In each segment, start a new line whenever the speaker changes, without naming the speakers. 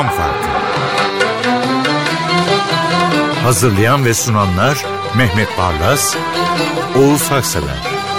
Cam Farkı. Hazırlayan ve sunanlar Mehmet Barlas, Oğuz Haksever.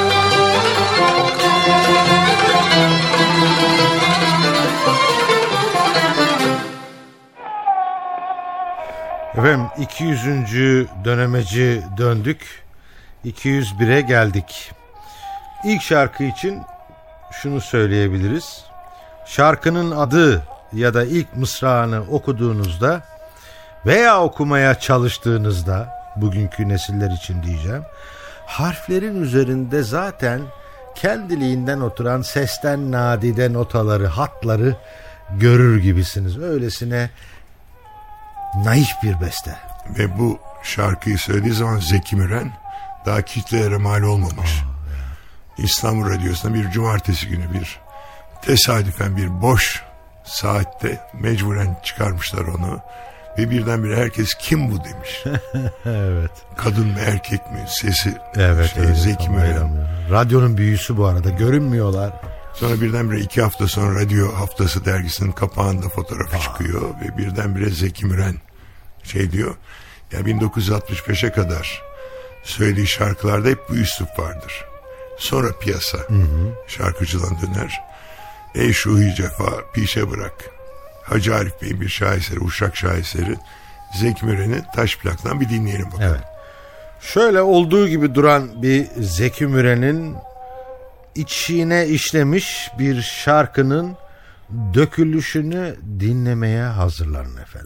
Efendim 200. dönemeci döndük. 201'e geldik. İlk şarkı için şunu söyleyebiliriz. Şarkının adı ya da ilk mısrağını okuduğunuzda veya okumaya çalıştığınızda, bugünkü nesiller için diyeceğim, harflerin üzerinde zaten kendiliğinden oturan sesten nadide notaları, hatları görür gibisiniz. Öylesine naif bir beste.
Ve bu şarkıyı söylediği zaman Zeki Müren daha kitlelere mal olmamış. İstanbul Radyosu'nda bir cumartesi günü bir tesadüfen bir boş saatte mecburen çıkarmışlar onu. Ve birdenbire herkes kim bu demiş.
Evet.
Kadın mı erkek mi sesi.
Evet,
Zeki Müren.
Radyonun büyüsü bu arada, görünmüyorlar.
Sonra birdenbire 2 hafta sonra Radyo Haftası dergisinin kapağında fotoğrafı çıkıyor. Ve birdenbire Zeki Müren diyor. Ya 1965'e kadar söylediği şarkılarda hep bu üslup vardır. Sonra piyasa şarkıcıdan döner. Ey şuhi cefa pişe bırak. Hacı Arif Bey'in bir şaheseri, Uşak şaheseri Zeki Müren'i Taş Plak'tan bir dinleyelim bakalım.
Evet. Şöyle olduğu gibi duran bir Zeki Müren'in içine işlemiş bir şarkının dökülüşünü dinlemeye hazırlanın efendim.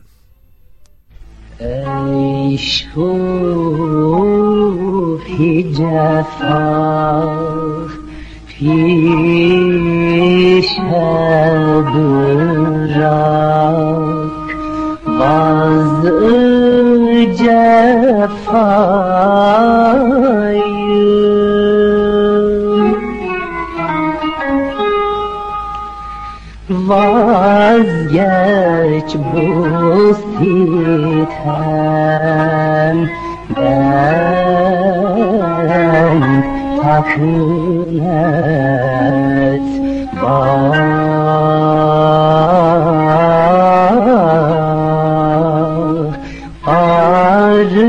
Ey şuhi cefa pişe bırak vaz-ı cefayı vazgeç bu sitemden takın et arı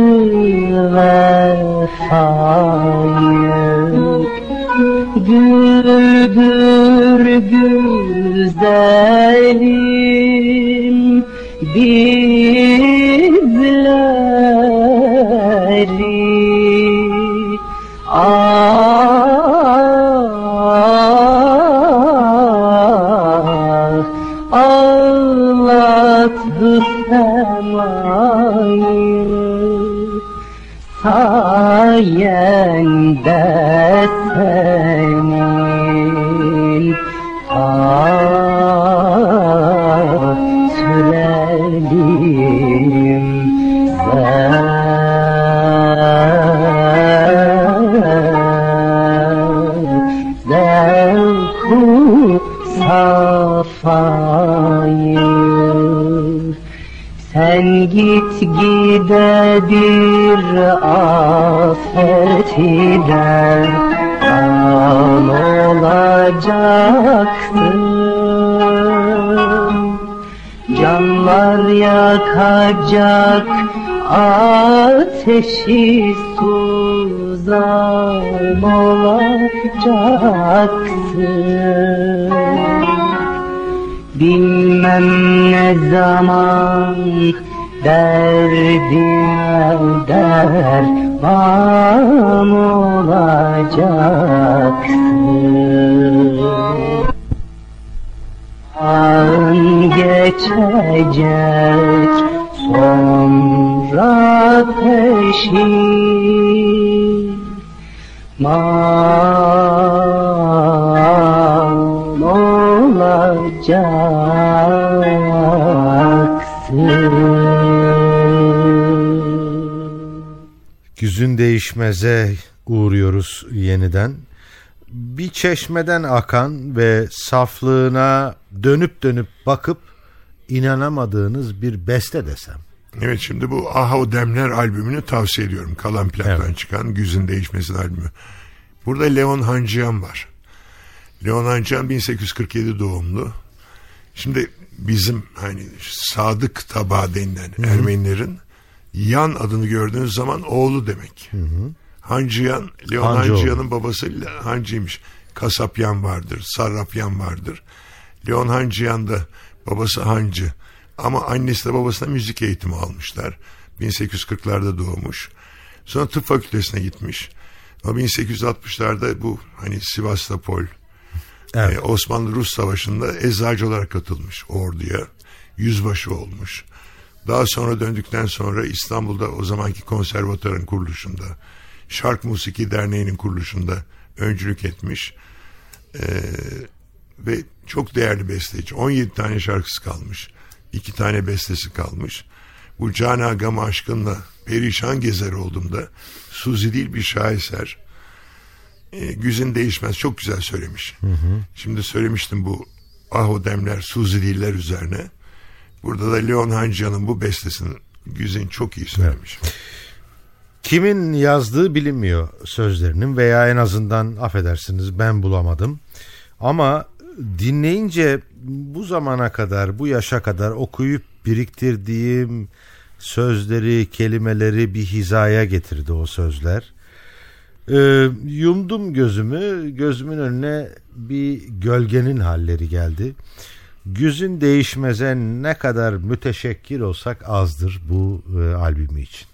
vefayı güldür güzelim bizleri ağlattı semayı sayende senin sürelim zevku safayı sen git gide bir afet ile an olacaksın canlar yakacak ateşi suzan olacaksın bilmem ne zaman derdine derman olacaksın an geçecek sonra peşin man olacaksın.
Güzün değişmeze uğruyoruz yeniden. Bir çeşmeden akan ve saflığına dönüp dönüp bakıp inanamadığınız bir beste desem.
Evet, şimdi bu Aha O Demler albümünü tavsiye ediyorum. Kalan Plak'tan çıkan Güzün Değişmesi albümü. Burada Leon Hancıyan var. Leon Hancıyan 1847 doğumlu. Şimdi bizim hani Sadık Tabağı denilen Ermenilerin Yan adını gördüğünüz zaman oğlu demek. Hancıyan, Leon Hancıyan'ın babası Hancıymış. Kasapyan vardır, Sarrafyan vardır. Leon Hancıyan da babası Hancı. Ama annesi de babasına müzik eğitimi almışlar. 1840'larda doğmuş. Sonra tıp fakültesine gitmiş. Ama 1860'larda bu hani Sivastopol,
Evet.
Osmanlı-Rus Savaşı'nda eczacı olarak katılmış orduya. Yüzbaşı olmuş. Daha sonra döndükten sonra İstanbul'da o zamanki konservatuarın kuruluşunda, Şark Musiki Derneği'nin kuruluşunda öncülük etmiş. Ve çok değerli besteci. 17 tane şarkısı kalmış. 2 tane bestesi kalmış. Bu Cana Gam Aşkınla Perişan Gezer Oldum'da Suzi değil bir şaheser. Güzin Değişmez çok güzel söylemiş. Şimdi söylemiştim bu Aho Demler Suzi Diller üzerine. Burada da Leon Hancıyan'ın bu bestesini Güzin çok iyi söylemiş.
Evet. Kimin yazdığı bilinmiyor sözlerinin veya en azından affedersiniz ben bulamadım. Ama dinleyince bu zamana kadar, bu yaşa kadar okuyup biriktirdiğim sözleri, kelimeleri bir hizaya getirdi o sözler. Yumdum gözümü, gözümün önüne bir gölgenin halleri geldi. Güzün Değişmez'e ne kadar müteşekkir olsak azdır bu albümü için.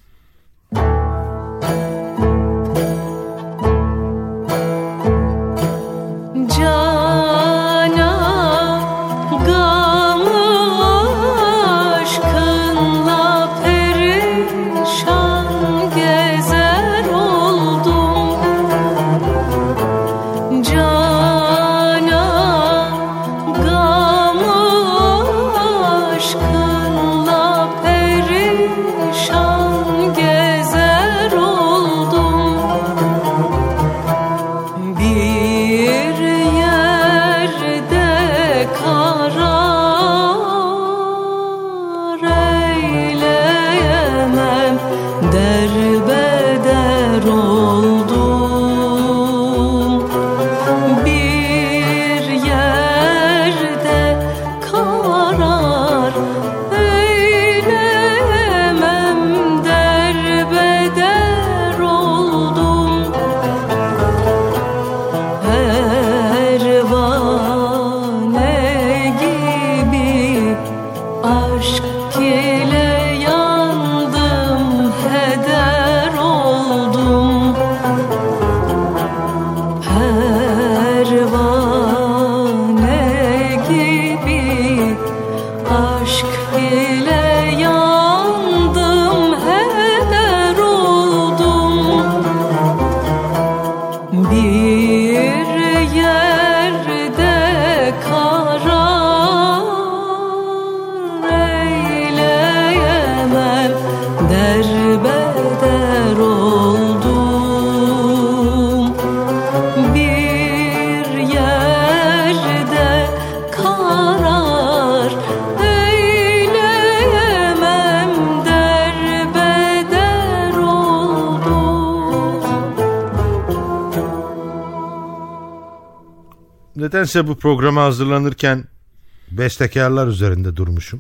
Nedense bu programa hazırlanırken bestekarlar üzerinde durmuşum.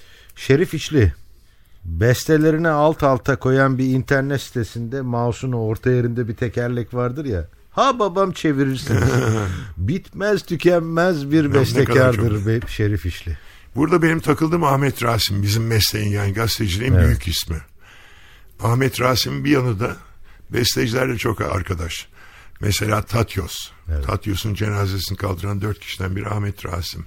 Şerif İçli bestelerini alt alta koyan bir internet sitesinde mouse'un orta yerinde bir tekerlek vardır ya. Ha babam çevirirsiniz. Bitmez tükenmez bir bestekardır Şerif İçli.
Burada benim takıldığım Ahmet Rasim, bizim mesleğin yani gazeteciliğin büyük ismi. Ahmet Rasim bir yanı da bestecilerle çok arkadaş. Mesela Tatyos. Evet. Tatyos'un cenazesini kaldıran 4 kişiden biri Ahmet Rasim.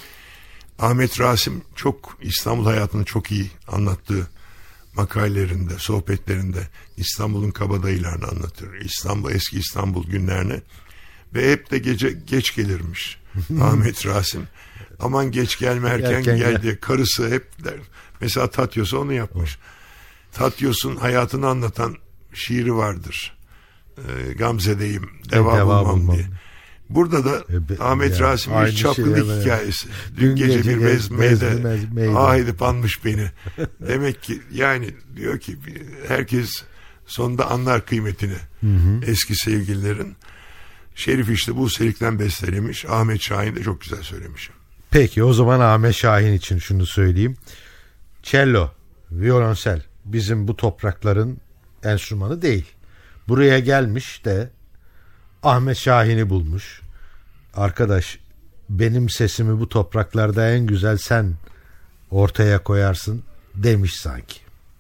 Ahmet Rasim çok İstanbul hayatını çok iyi anlattığı makalelerinde, sohbetlerinde İstanbul'un kabadayılarını anlatır. Eski İstanbul günlerini ve hep de gece geç gelirmiş Ahmet Rasim. Aman geç gelme erken gel diye karısı hep der. Mesela Tatyos'a onu yapmış. Tatyos'un hayatını anlatan şiiri vardır. Gamze'deyim, deva bulmam diye. Burada da Ahmet Rasim'in çapkınlık hikayesi. Dün gece bir mezmede ah edip anmış beni. Demek ki yani diyor ki herkes sonunda anlar kıymetini eski sevgililerin. Şerif işte bu Selik'ten bestelemiş. Ahmet Şahin de çok güzel söylemiş.
Peki o zaman Ahmet Şahin için şunu söyleyeyim. Cello, violonsel bizim bu toprakların enstrümanı değil. Buraya gelmiş de Ahmet Şahin'i bulmuş. Arkadaş, benim sesimi bu topraklarda en güzel sen ortaya koyarsın demiş sanki.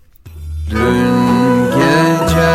Dün gece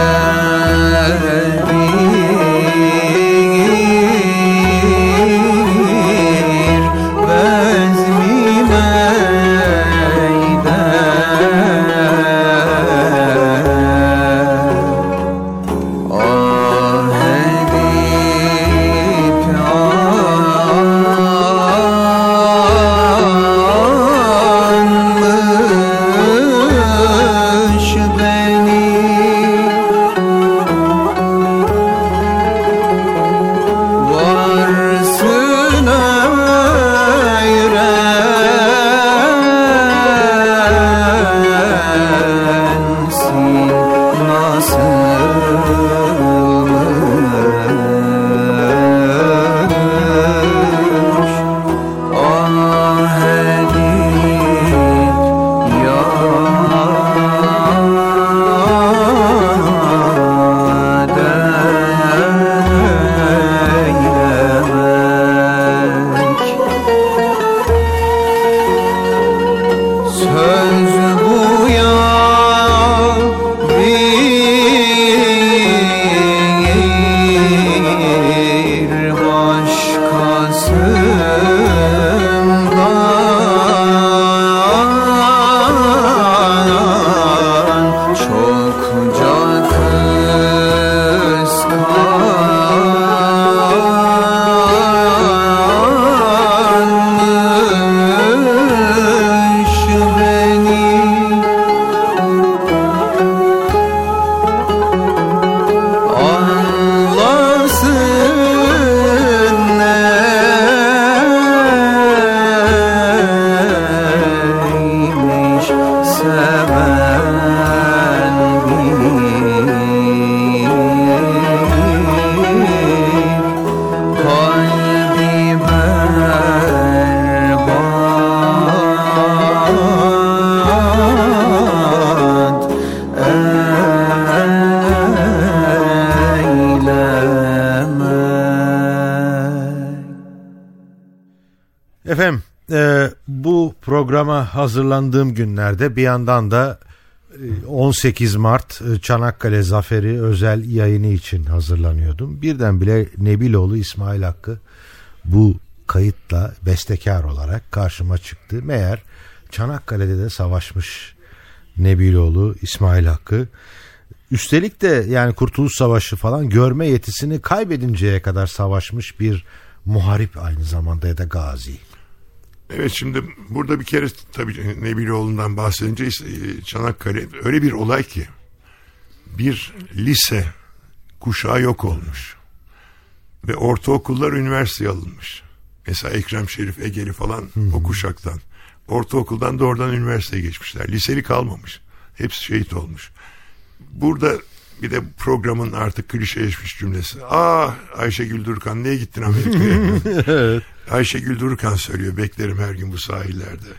Efendim bu programa hazırlandığım günlerde bir yandan da 18 Mart Çanakkale Zaferi özel yayını için hazırlanıyordum. Birdenbire Nebiloğlu İsmail Hakkı bu kayıtla bestekar olarak karşıma çıktı. Meğer Çanakkale'de de savaşmış Nebiloğlu İsmail Hakkı. Üstelik de yani Kurtuluş Savaşı falan görme yetisini kaybedinceye kadar savaşmış bir muharip aynı zamanda ya da gazi.
Evet, şimdi burada bir kere tabii Nebiloğlu'ndan bahsedince Çanakkale öyle bir olay ki bir lise kuşağı yok olmuş ve ortaokullar üniversiteye alınmış. Mesela Ekrem Şerif Egeli falan o kuşaktan. Ortaokuldan doğrudan üniversiteye geçmişler. Liseli kalmamış. Hepsi şehit olmuş. Burada bir de programın artık klişeleşmiş cümlesi. Ayşegül Durkan, niye gittin Amerika'ya?
Evet.
Ayşegül Durkan söylüyor. Beklerim her gün bu sahillerde.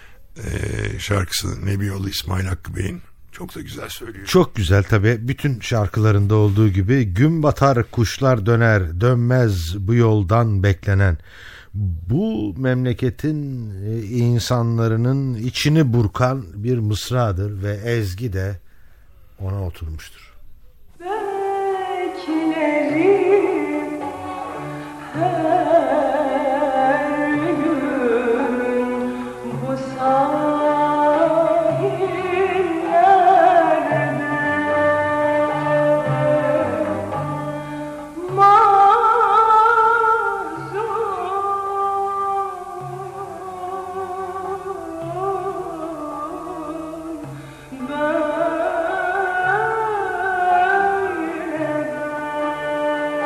Şarkısını Nebiloğlu İsmail Hakkı Bey'in. Çok da güzel söylüyor.
Çok güzel tabii. Bütün şarkılarında olduğu gibi gün batar kuşlar döner dönmez bu yoldan beklenen. Bu memleketin insanların içini burkan bir mısradır ve ezgi de ona oturmuştur.
Beklerim her gün bu sahillerde mazlum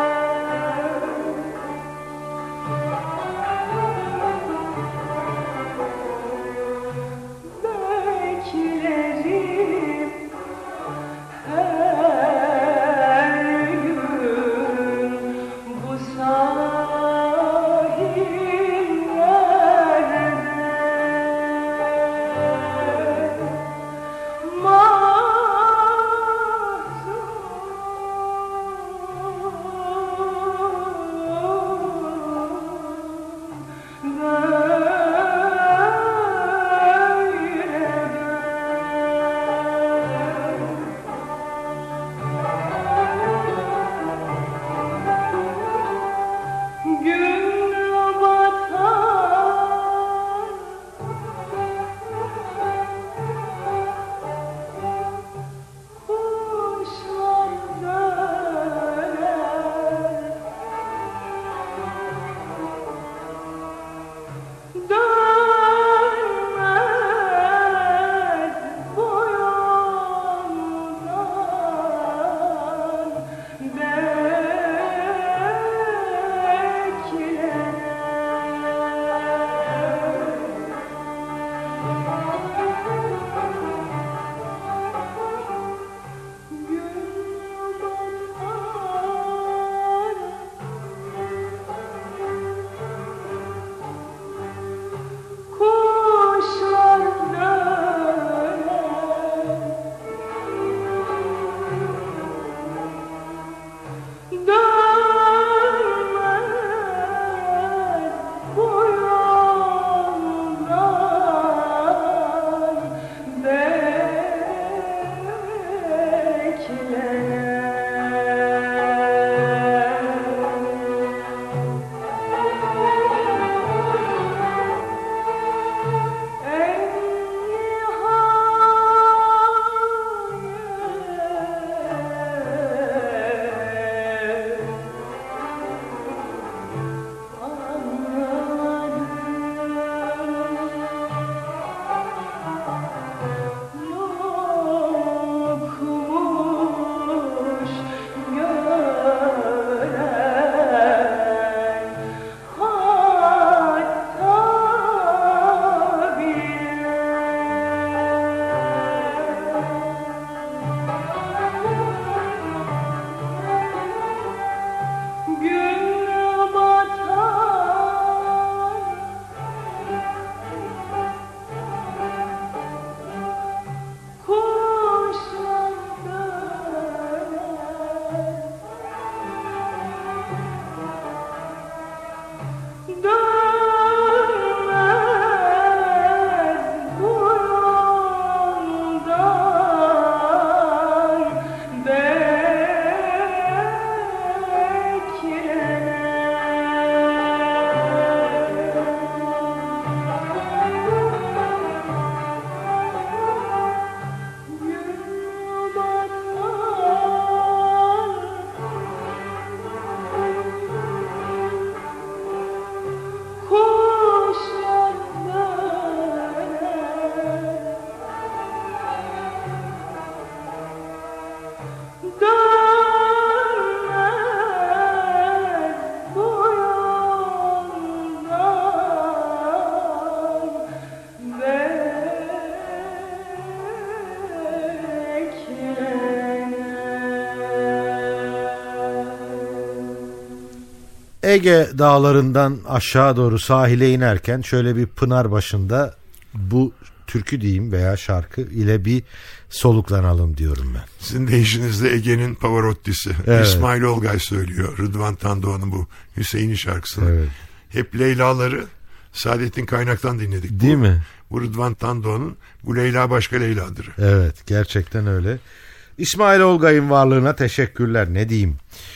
Ege dağlarından aşağı doğru sahile inerken şöyle bir pınar başında bu türkü diyeyim veya şarkı ile bir soluklanalım diyorum ben.
Sizin deyişinizde Ege'nin Pavarotti'si.
Evet.
İsmail Olgay söylüyor. Rıdvan Tandoğan'ın bu Hüseyin'i şarkısını.
Evet.
Hep Leyla'ları Saadettin Kaynak'tan dinledik.
Değil mi?
Bu Rıdvan Tandoğan'ın bu Leyla başka Leyla'dır.
Evet, gerçekten öyle. İsmail Olgay'ın varlığına teşekkürler, ne diyeyim.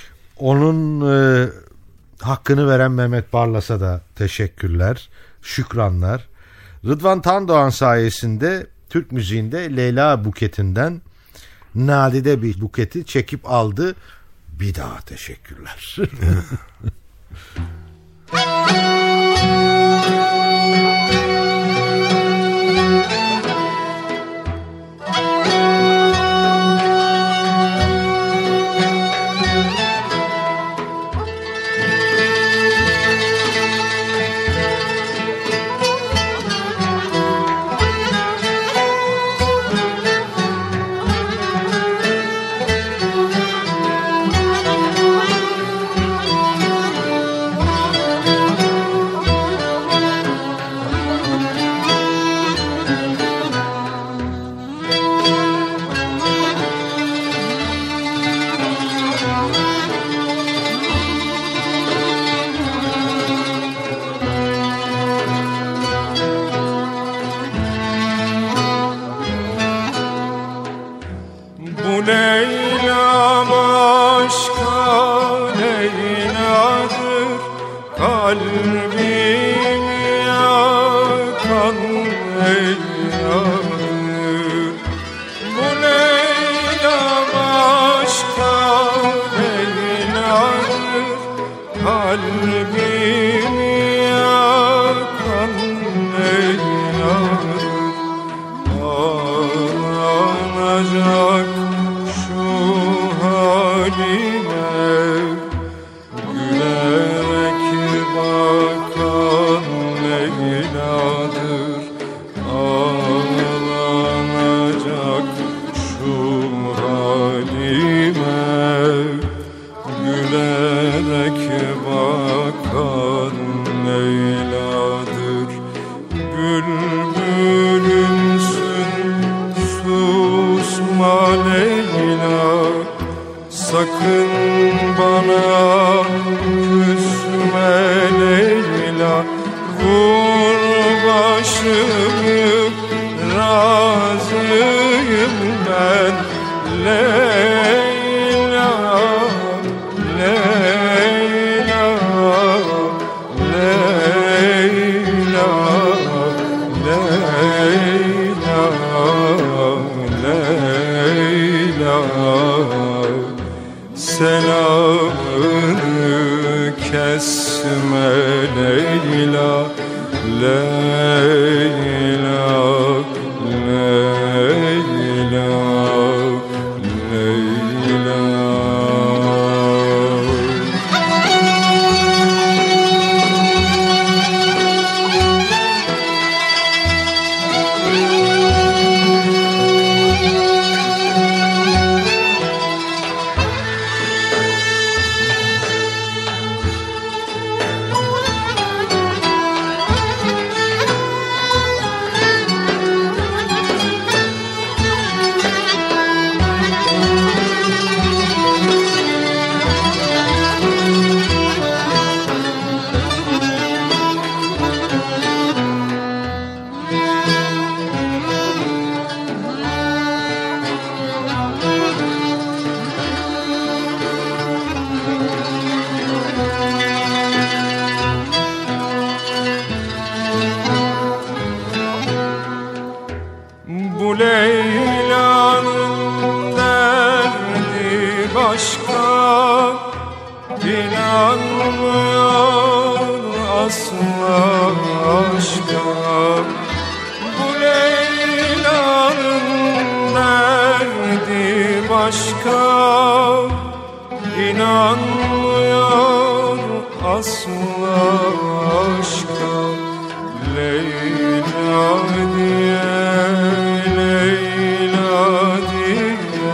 Onun hakkını veren Mehmet Barlas'a da teşekkürler, şükranlar. Rıdvan Tandoğan sayesinde Türk müziğinde Leyla buketinden nadide bir buketi çekip aldı. Bir daha teşekkürler.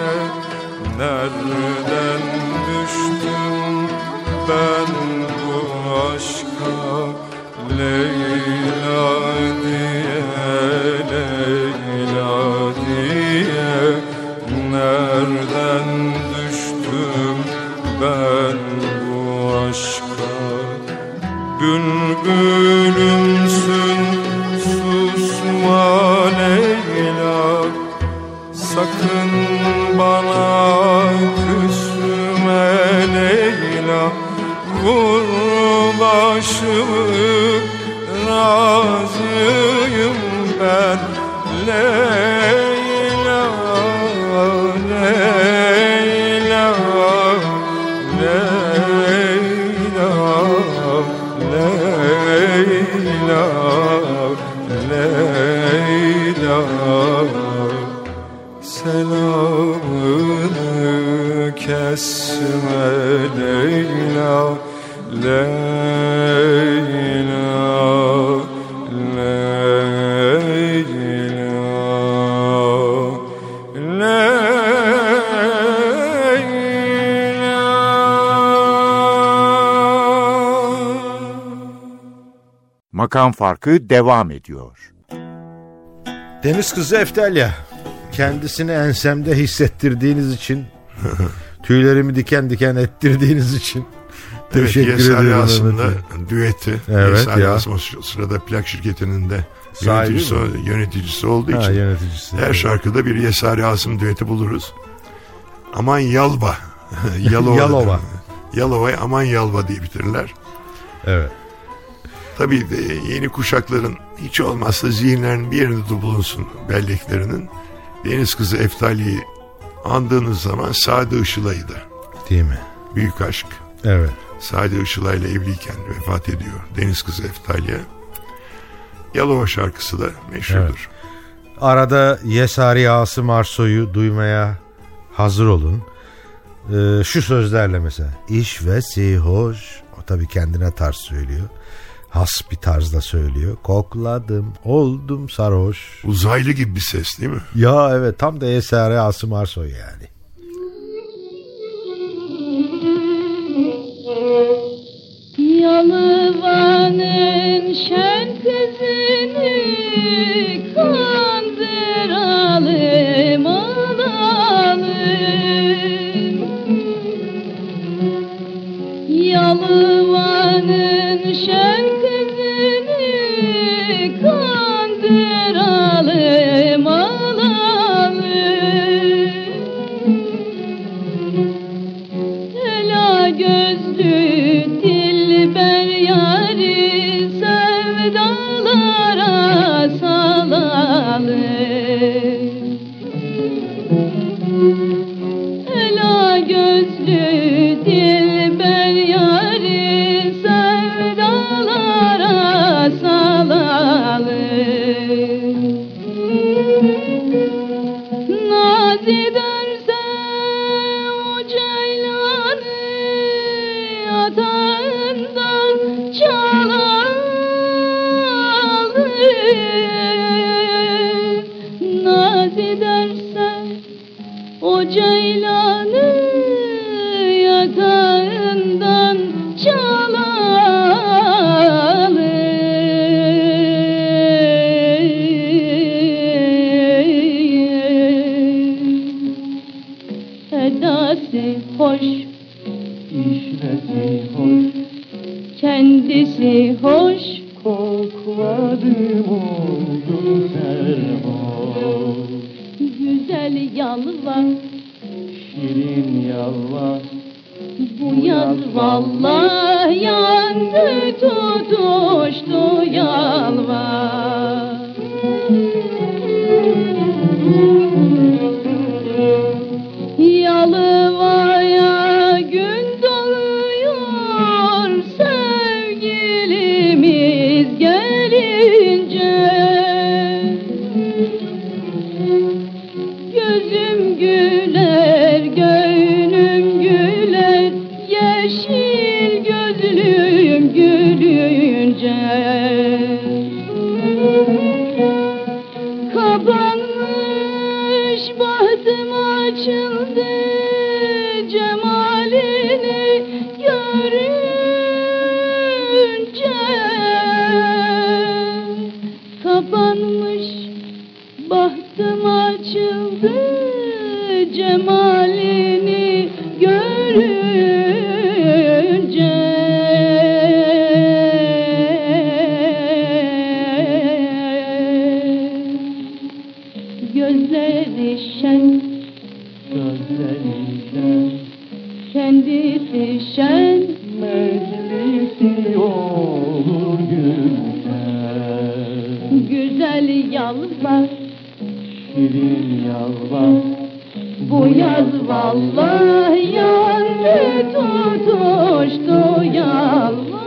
Nereden düştüm ben bu aşka Leyla diye, Leyla diye nereden düştüm ben bu aşka? Bülbülümsün susma Leyla, sakın bana küsme Leyla. Vur başımı, razıyım ben Leyla, Leyla, Leyla, Leyla, Leyla. Selamını kesme Leyla, Leyla,
Makam Farkı devam ediyor.
Deniz kızı Eftalya, kendisini ensemde hissettirdiğiniz için, tüylerimi diken diken ettirdiğiniz için teşekkür
Yeser
ederim.
aslında düeti.
Evet
Yeser
ya.
Asım o sırada plak şirketinin de
Sahibi
yöneticisi olduğu için
yöneticisi.
her şarkıda bir Yeser Asım düeti buluruz. Aman Yalva.
Yalova.
Yalova'yı aman Yalva diye bitirirler.
Evet.
Tabii de yeni kuşakların hiç olmazsa zihinlerin bir yerinde de bulunsun belleklerinin. Deniz kızı Eftalya'yı andığınız zaman Sade Işılay'dı.
Değil mi?
Büyük aşk.
Evet.
Sade Işılay'la evliyken vefat ediyor Deniz kızı Eftalya. Yalova şarkısı da meşhurdur.
Evet. Arada Yesari Asım Arsoy'u duymaya hazır olun. Şu sözlerle mesela. İşvesi hoş. O tabii kendine tarz söylüyor. Has bir tarzda söylüyor. Kokladım, oldum sarhoş.
Uzaylı gibi bir ses değil mi?
Ya evet, tam da Yesari Asım Arsoy yani.
Yalıvanın şen kızını kandıralım, alalım. Yalıvanın şen kızını kandıralım, alalım. Ela gözlü dilber yari sevdalara salalım. Ela gözlü dilber yari sevdalara salalım. Naz ederse o ceylanı yatağından çalalım. Naz ederse o ceylanı yatağından çalalım. Edası hoş,
İşvesi hoş,
kendisi hoş,
kokladım oldum serhoş.
güzel yalvar.
Şirin yalvar,
Bu yaz vallahi yandı, tutuştu yalvar. Yalıvaya gün doğuyor sevgilimiz gelince. Gözüm güler, gönlüm güler, yeşil gözlüm gülünce. kendisi şen.
Meclisi olur güzel.
Güzel yalvar,
Şirin yalvar.
bu yaz vallahi yandı tutuştu yalvar.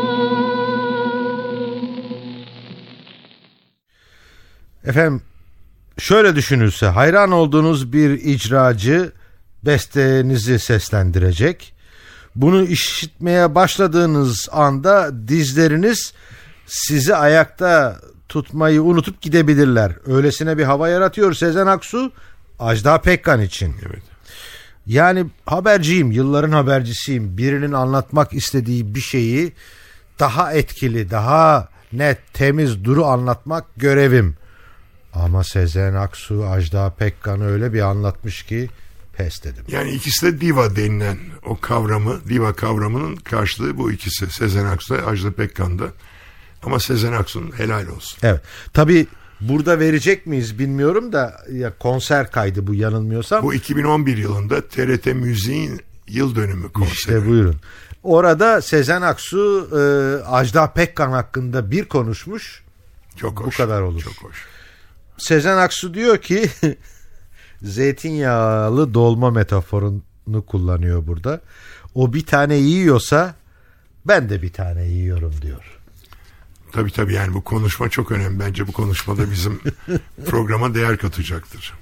Efendim, şöyle düşünülse, hayran olduğunuz bir icracı bestenizi seslendirecek. Bunu işitmeye başladığınız anda dizleriniz sizi ayakta tutmayı unutup gidebilirler. Öylesine bir hava yaratıyor Sezen Aksu, Ajda Pekkan için.
Evet.
Yani haberciyim, yılların habercisiyim. Birinin anlatmak istediği bir şeyi daha etkili, daha net, temiz, duru anlatmak görevim. Ama Sezen Aksu, Ajda Pekkan öyle bir anlatmış ki pes dedim.
Yani ikisi de diva denilen o kavramı, diva kavramının karşılığı bu ikisi. Sezen Aksu da Ajda Pekkan'da. Ama Sezen Aksu'nun helal olsun.
Evet. Tabii burada verecek miyiz bilmiyorum da, ya konser kaydı bu yanılmıyorsam.
Bu 2011 yılında TRT Müziğin yıl dönümü konseri.
İşte buyurun. Orada Sezen Aksu Ajda Pekkan hakkında bir konuşmuş.
Çok hoş.
Bu kadar olur.
Çok hoş.
Sezen Aksu diyor ki zeytinyağlı dolma metaforunu kullanıyor burada. O bir tane yiyorsa ben de bir tane yiyorum diyor.
Tabii yani bu konuşma çok önemli. Bence bu konuşmada bizim programa değer katacaktır.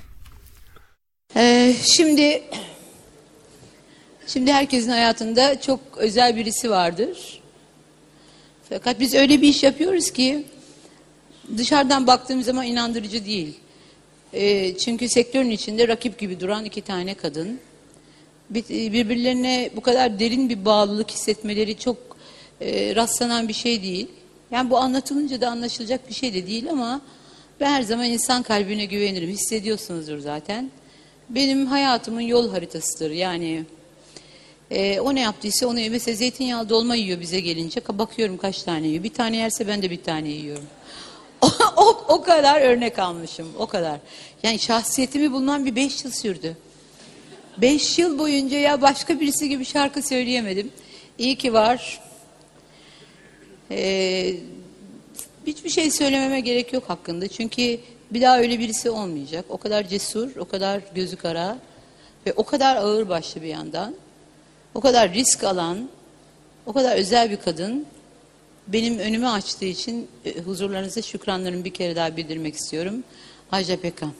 Şimdi herkesin hayatında çok özel birisi vardır. Fakat biz öyle bir iş yapıyoruz ki dışarıdan baktığım zaman inandırıcı değil. Çünkü sektörün içinde rakip gibi duran iki tane kadın. Birbirlerine bu kadar derin bir bağlılık hissetmeleri çok rastlanan bir şey değil. Yani bu anlatılınca da anlaşılacak bir şey de değil ama ben her zaman insan kalbine güvenirim. Hissediyorsunuzdur zaten. Benim hayatımın yol haritasıdır. Yani o ne yaptıysa onu yiyor. Mesela zeytinyağlı dolma yiyor bize gelince. Bakıyorum kaç tane yiyor. Bir tane yerse ben de bir tane yiyorum. O kadar örnek almışım. O kadar. Yani şahsiyetimi bulmam bir 5 yıl sürdü. 5 yıl boyunca ya başka birisi gibi şarkı söyleyemedim. İyi ki var. Hiçbir şey söylememe gerek yok hakkında. Çünkü bir daha öyle birisi olmayacak. O kadar cesur, o kadar gözü kara ve o kadar ağırbaşlı bir yandan. O kadar risk alan, o kadar özel bir kadın. Benim önümü açtığı için huzurlarınıza şükranlarımı bir kere daha bildirmek istiyorum. Ajda Pekkan.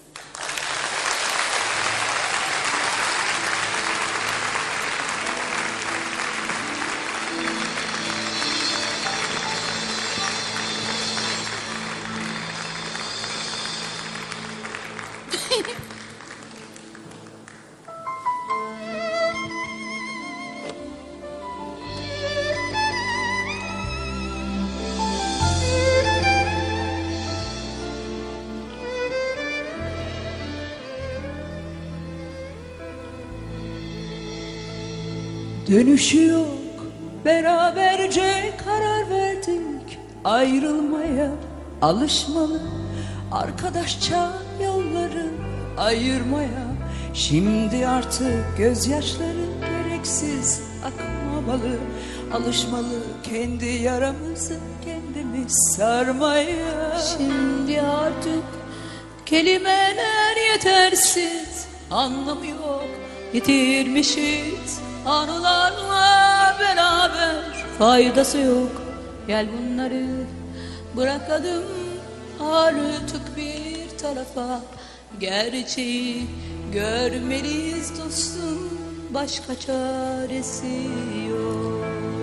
Dönüşü yok, beraberce karar verdik ayrılmaya. Alışmalı arkadaşça yolları ayırmaya. Şimdi artık gözyaşları gereksiz akmamalı. Alışmalı kendi yaramızı kendimiz sarmaya.
Şimdi artık kelimeler yetersiz, anlamı yok, yitirmişiz. Anılarla beraber faydası yok. Gel bunları bırakalım artık bir tarafa. Gerçeği görmeliyiz dostum, başka çaresi yok.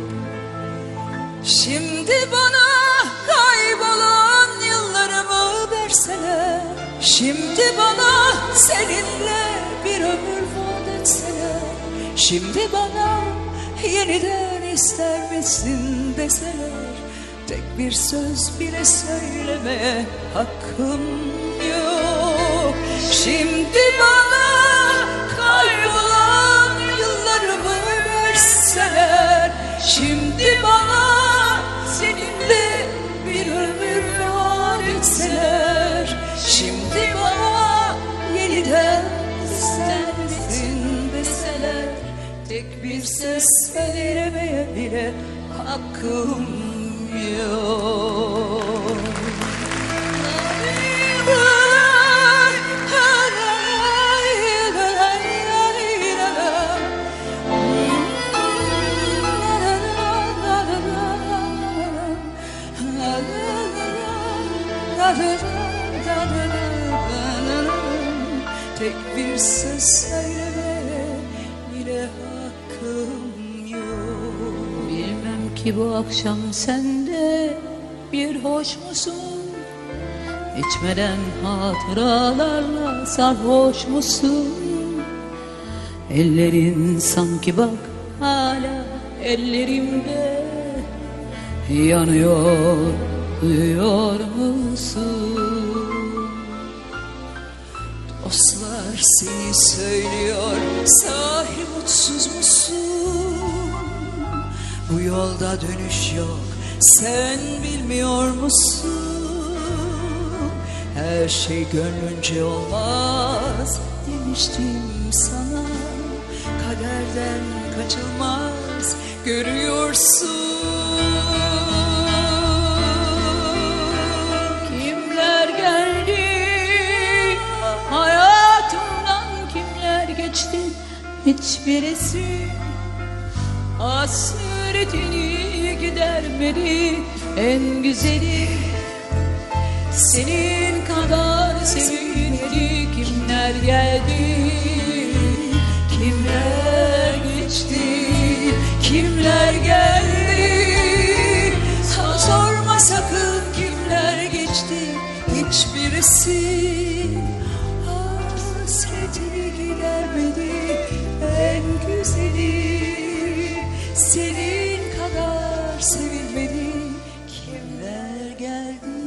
Şimdi bana kaybolan yıllarımı verseler, şimdi bana seninle bir ömür vaat etseler, şimdi bana yeniden ister misin deseler, tek bir söz bile söylemeye hakkım yok. Şimdi bana kaybolan yıllarımı verseler, şimdi bana seninle bir ömür vaat etseler, şimdi bana yeniden ister misin deseler, tek bir ses söylemeye bile hakkım yok. Tek bir söz söylemeye bile hakkım yok.
Bilmem ki bu akşam sende bir hoş musun? İçmeden hatıralarla sarhoş musun? Ellerin sanki bak hala ellerimde yanıyor, duyuyor musun?
Dostlar seni söylüyor, sahi mutsuz musun? Bu yolda dönüş yok, sen bilmiyor musun? Her şey gönlünce olmaz demiştim sana. Kaderden kaçılmaz, görüyorsun.
Kimler geldi? Hayatımdan kimler geçti? Hiçbirisi hasretini gidermedi. En güzeli senin kadar sevilmedi. Kimler geldi? Kimler geçti? Kimler geldi?
Sorma sakın kimler geçti. Hiçbirisi hasretini gidermedi. En güzeli senin kadar sevilmedi. Kimler geldi?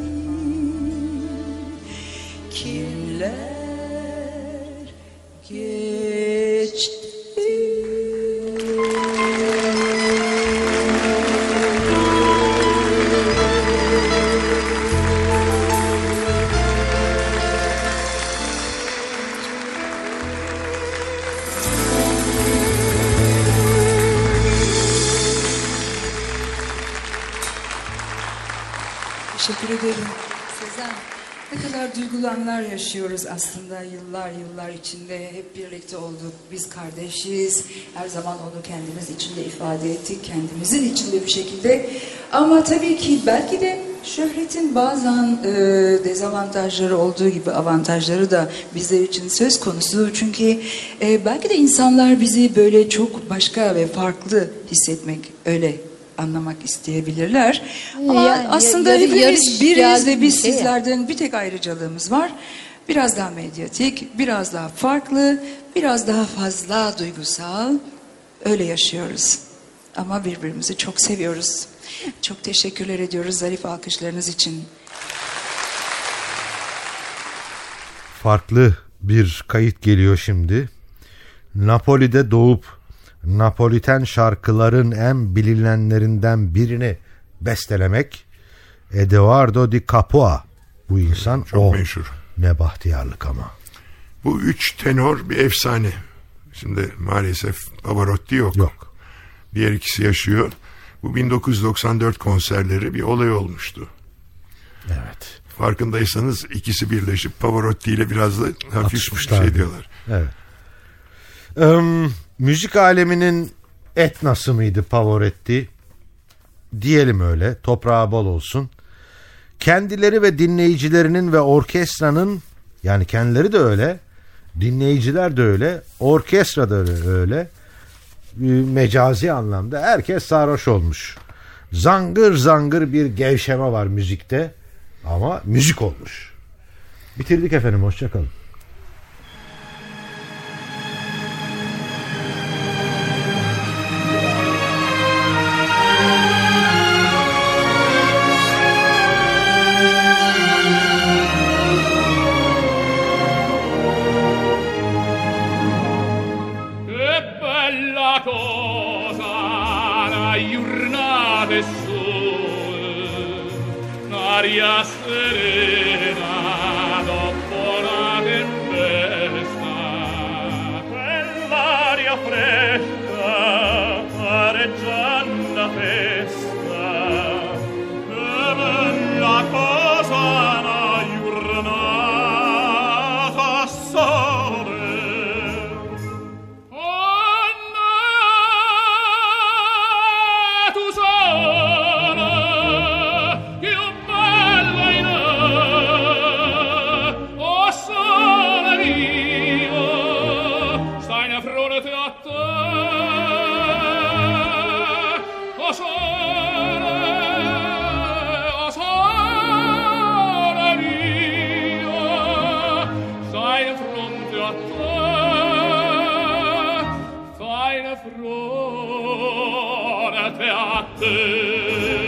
Kimler geçti? Teşekkür ederim. Sezen, ne kadar duygulu anlar yaşıyoruz aslında yıllar içinde. Hep birlikte olduk, biz kardeşiz. Her zaman onu kendimiz içinde ifade ettik, kendimizin içinde bir şekilde. Ama tabii ki belki de şöhretin bazen dezavantajları olduğu gibi avantajları da bizler için söz konusu. Çünkü belki de insanlar bizi böyle çok başka ve farklı hissetmek, öyle anlamak isteyebilirler. Ama
Yani
aslında
yarış
hepimiz biriz ve biz
şey ya.
sizlerden bir tek ayrıcalığımız var. Biraz daha medyatik, biraz daha farklı, biraz daha fazla duygusal. Öyle yaşıyoruz. Ama birbirimizi çok seviyoruz. Çok teşekkürler ediyoruz zarif alkışlarınız için.
Farklı bir kayıt geliyor şimdi. Napoli'de doğup Napoliten şarkıların en bilinenlerinden birini bestelemek Eduardo Di Capua. Bu insan
çok meşhur.
Ne bahtiyarlık ama.
Bu üç tenor bir efsane. Şimdi maalesef Pavarotti yok. Diğer ikisi yaşıyor. Bu 1994 konserleri bir olay olmuştu.
Evet.
Farkındaysanız ikisi birleşip Pavarotti ile biraz da hafif şey diyorlar.
Evet. Müzik aleminin etnası mıydı Pavarotti? Diyelim öyle. Toprağı bol olsun. Kendileri ve dinleyicilerinin ve orkestranın, yani kendileri de öyle, dinleyiciler de öyle, orkestra da öyle. Mecazi anlamda herkes sarhoş olmuş. Zangır zangır bir gevşeme var müzikte ama müzik olmuş. Bitirdik efendim, hoşçakalın.
Aria serena dopo la tempesta, quell'aria fresca fronte a te.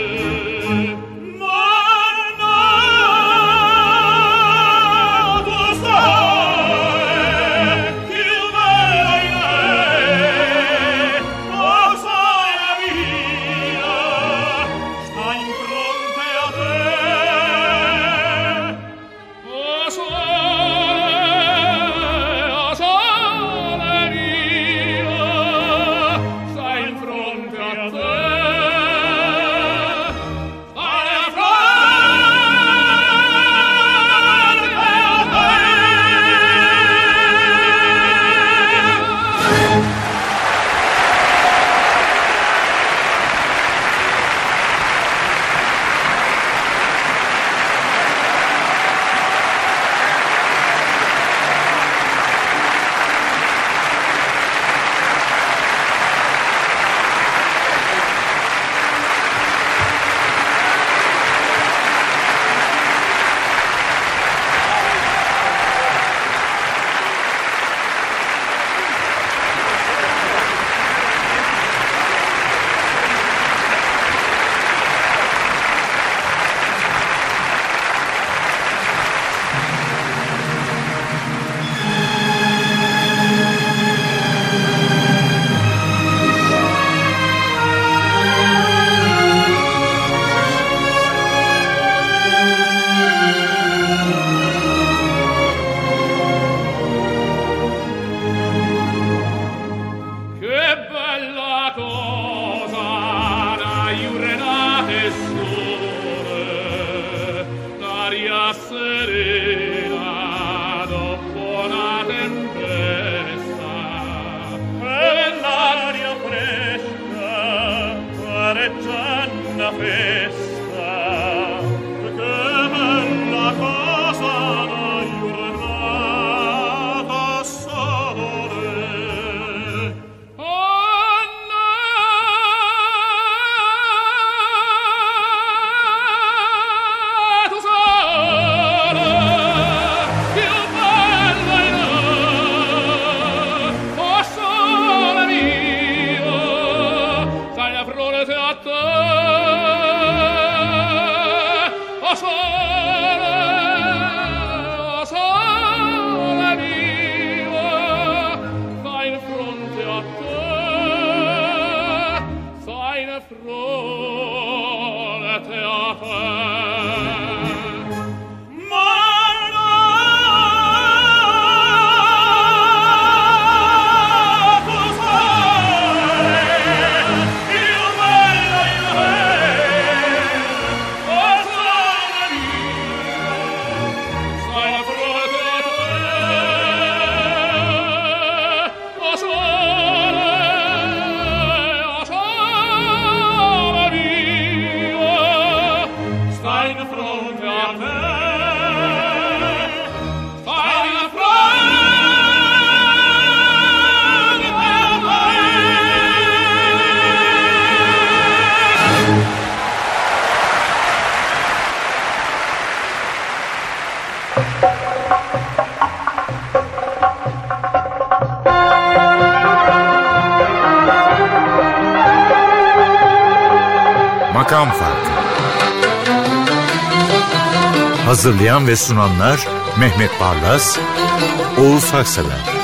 Makam Farkı. Hazırlayan ve sunanlar Mehmet Barlas, Oğuz Haksever.